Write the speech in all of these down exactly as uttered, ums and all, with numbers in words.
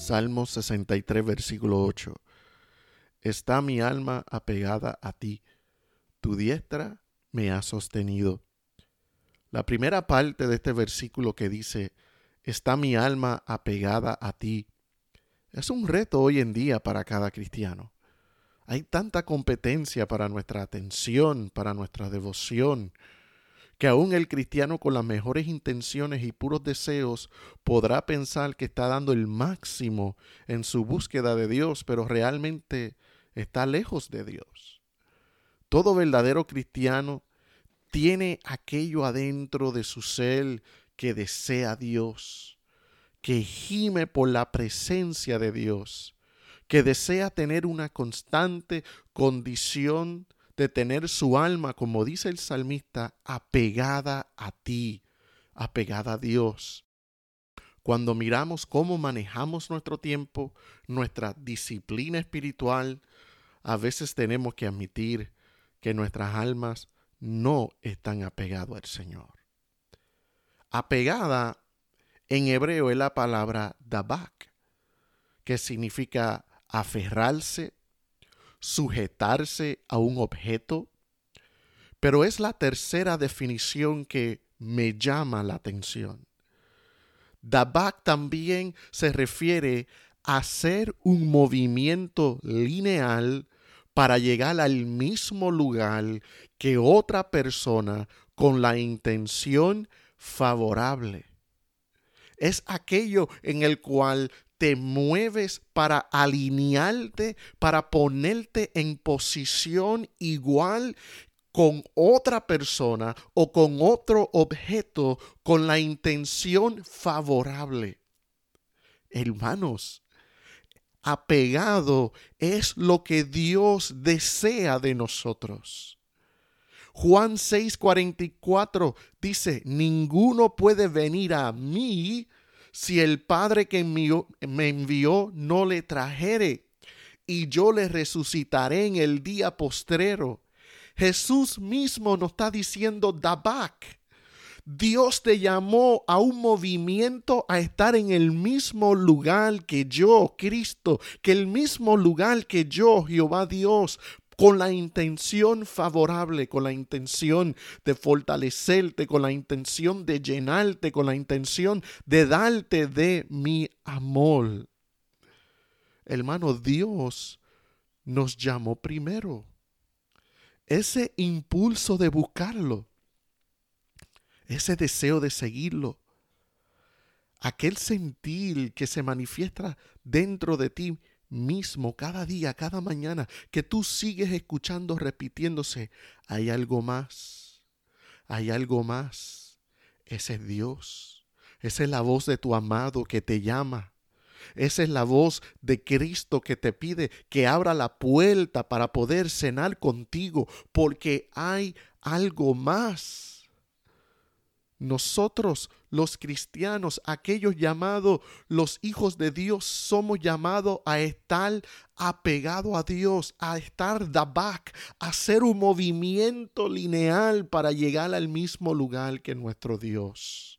Salmo sesenta y tres, versículo ocho. Está mi alma apegada a ti, tu diestra me ha sostenido. La primera parte de este versículo que dice, está mi alma apegada a ti, es un reto hoy en día para cada cristiano. Hay tanta competencia para nuestra atención, para nuestra devoción, que aún el cristiano con las mejores intenciones y puros deseos podrá pensar que está dando el máximo en su búsqueda de Dios, pero realmente está lejos de Dios. Todo verdadero cristiano tiene aquello adentro de su ser que desea a Dios, que gime por la presencia de Dios, que desea tener una constante condición de tener su alma, como dice el salmista, apegada a ti, apegada a Dios. Cuando miramos cómo manejamos nuestro tiempo, nuestra disciplina espiritual, a veces tenemos que admitir que nuestras almas no están apegadas al Señor. Apegada en hebreo es la palabra dabak, que significa aferrarse, sujetarse a un objeto, pero es la tercera definición que me llama la atención. Dabak también se refiere a hacer un movimiento lineal para llegar al mismo lugar que otra persona con la intención favorable. Es aquello en el cual te mueves para alinearte, para ponerte en posición igual con otra persona o con otro objeto con la intención favorable. Hermanos, apegado es lo que Dios desea de nosotros. Juan seis cuarenta y cuatro dice, ninguno puede venir a mí si el Padre que me envió no le trajere, y yo le resucitaré en el día postrero. Jesús mismo nos está diciendo dabak. Dios te llamó a un movimiento, a estar en el mismo lugar que yo, Cristo, que el mismo lugar que yo, Jehová Dios, con la intención favorable, con la intención de fortalecerte, con la intención de llenarte, con la intención de darte de mi amor. Hermano, Dios nos llamó primero. Ese impulso de buscarlo, ese deseo de seguirlo, aquel sentir que se manifiesta dentro de ti mismo cada día, cada mañana, que tú sigues escuchando repitiéndose, hay algo más, hay algo más. Ese es Dios, esa es la voz de tu amado que te llama. Esa es la voz de Cristo que te pide que abra la puerta para poder cenar contigo, porque hay algo más. Nosotros, los cristianos, aquellos llamados los hijos de Dios, somos llamados a estar apegados a Dios, a estar dabak, a hacer un movimiento lineal para llegar al mismo lugar que nuestro Dios.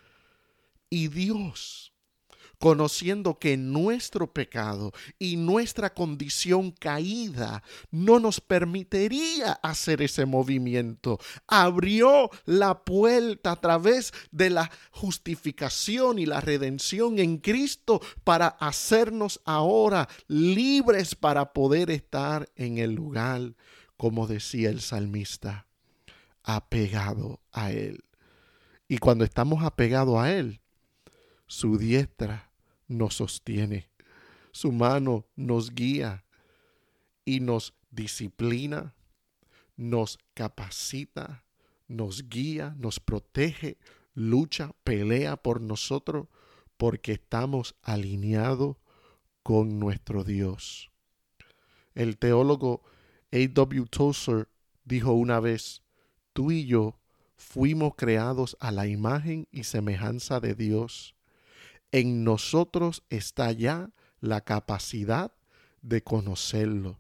Y Dios, conociendo que nuestro pecado y nuestra condición caída no nos permitiría hacer ese movimiento, abrió la puerta a través de la justificación y la redención en Cristo para hacernos ahora libres para poder estar en el lugar, como decía el salmista, apegado a Él. Y cuando estamos apegados a Él, su diestra nos sostiene, su mano nos guía y nos disciplina, nos capacita, nos guía, nos protege, lucha, pelea por nosotros porque estamos alineados con nuestro Dios. El teólogo A W Tozer dijo una vez, tú y yo fuimos creados a la imagen y semejanza de Dios. En nosotros está ya la capacidad de conocerlo.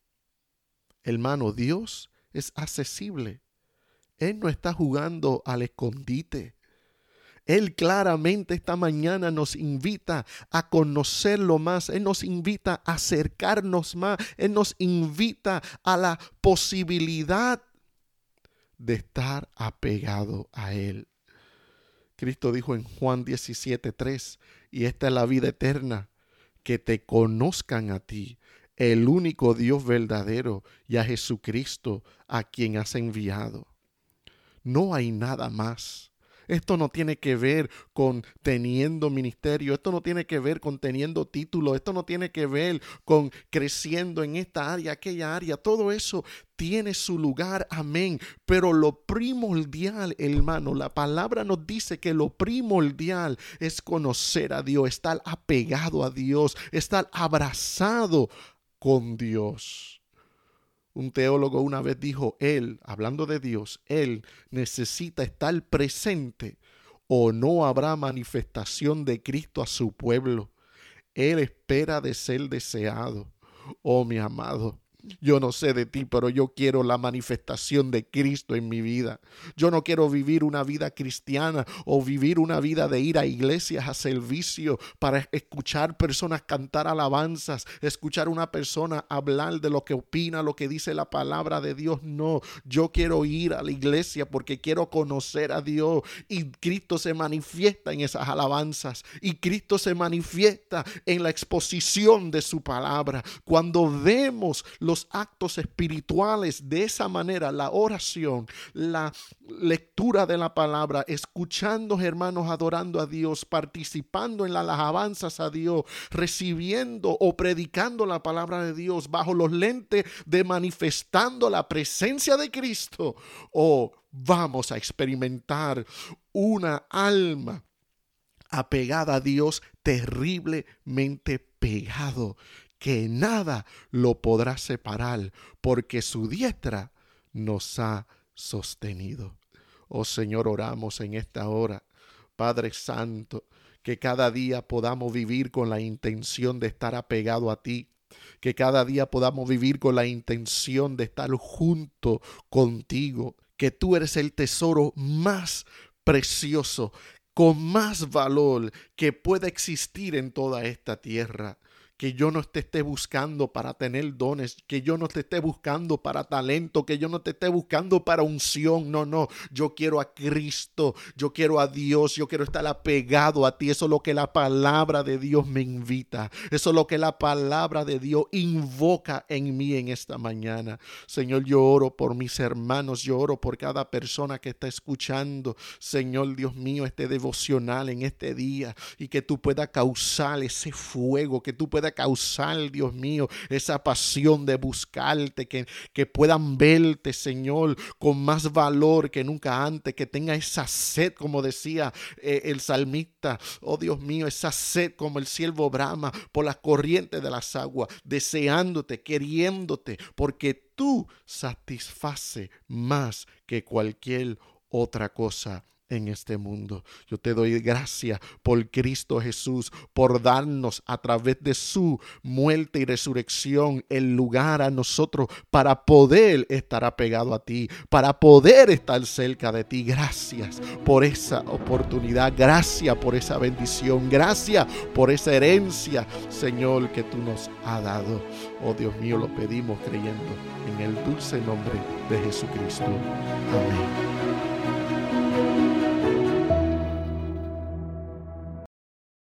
Hermano, Dios es accesible. Él no está jugando al escondite. Él claramente esta mañana nos invita a conocerlo más. Él nos invita a acercarnos más. Él nos invita a la posibilidad de estar apegado a Él. Cristo dijo en Juan diecisiete tres, y esta es la vida eterna, que te conozcan a ti, el único Dios verdadero, y a Jesucristo, a quien has enviado. No hay nada más. Esto no tiene que ver con teniendo ministerio, esto no tiene que ver con teniendo título, esto no tiene que ver con creciendo en esta área, aquella área. Todo eso tiene su lugar, amén. Pero lo primordial, hermano, la palabra nos dice que lo primordial es conocer a Dios, estar apegado a Dios, estar abrazado con Dios. Un teólogo una vez dijo, él, hablando de Dios, él necesita estar presente o no habrá manifestación de Cristo a su pueblo. Él espera de ser deseado. Oh, mi amado, yo no sé de ti, pero yo quiero la manifestación de Cristo en mi vida. Yo no quiero vivir una vida cristiana o vivir una vida de ir a iglesias a servicio para escuchar personas cantar alabanzas, escuchar a una persona hablar de lo que opina, lo que dice la palabra de Dios. No, yo quiero ir a la iglesia porque quiero conocer a Dios y Cristo se manifiesta en esas alabanzas y Cristo se manifiesta en la exposición de su palabra. Cuando vemos los los actos espirituales de esa manera, la oración, la lectura de la palabra, escuchando hermanos adorando a Dios, participando en las alabanzas a Dios, recibiendo o predicando la palabra de Dios bajo los lentes de manifestando la presencia de Cristo, oh, vamos a experimentar una alma apegada a Dios, terriblemente pegado, que nada lo podrá separar, porque su diestra nos ha sostenido. Oh Señor, oramos en esta hora, Padre Santo, que cada día podamos vivir con la intención de estar apegado a ti, que cada día podamos vivir con la intención de estar junto contigo, que tú eres el tesoro más precioso, con más valor que pueda existir en toda esta tierra. Que yo no te esté buscando para tener dones, que yo no te esté buscando para talento, que yo no te esté buscando para unción. No, no, yo quiero a Cristo, yo quiero a Dios, yo quiero estar apegado a ti. Eso es lo que la palabra de Dios me invita. Eso es lo que la palabra de Dios invoca en mí en esta mañana. Señor, yo oro por mis hermanos, yo oro por cada persona que está escuchando. Señor, Dios mío, este devocional en este día y que tú puedas causar ese fuego, que tú puedas causar, Dios mío, esa pasión de buscarte, que, que puedan verte, Señor, con más valor que nunca antes, que tenga esa sed, como decía eh, el salmista, oh Dios mío, esa sed como el siervo brama por las corrientes de las aguas, deseándote, queriéndote, porque tú satisface más que cualquier otra cosa en este mundo. Yo te doy gracias por Cristo Jesús, por darnos a través de su muerte y resurrección el lugar a nosotros para poder estar apegado a ti, para poder estar cerca de ti. Gracias por esa oportunidad, gracias por esa bendición, gracias por esa herencia, Señor, que tú nos has dado. Oh Dios mío, lo pedimos creyendo en el dulce nombre de Jesucristo. Amén.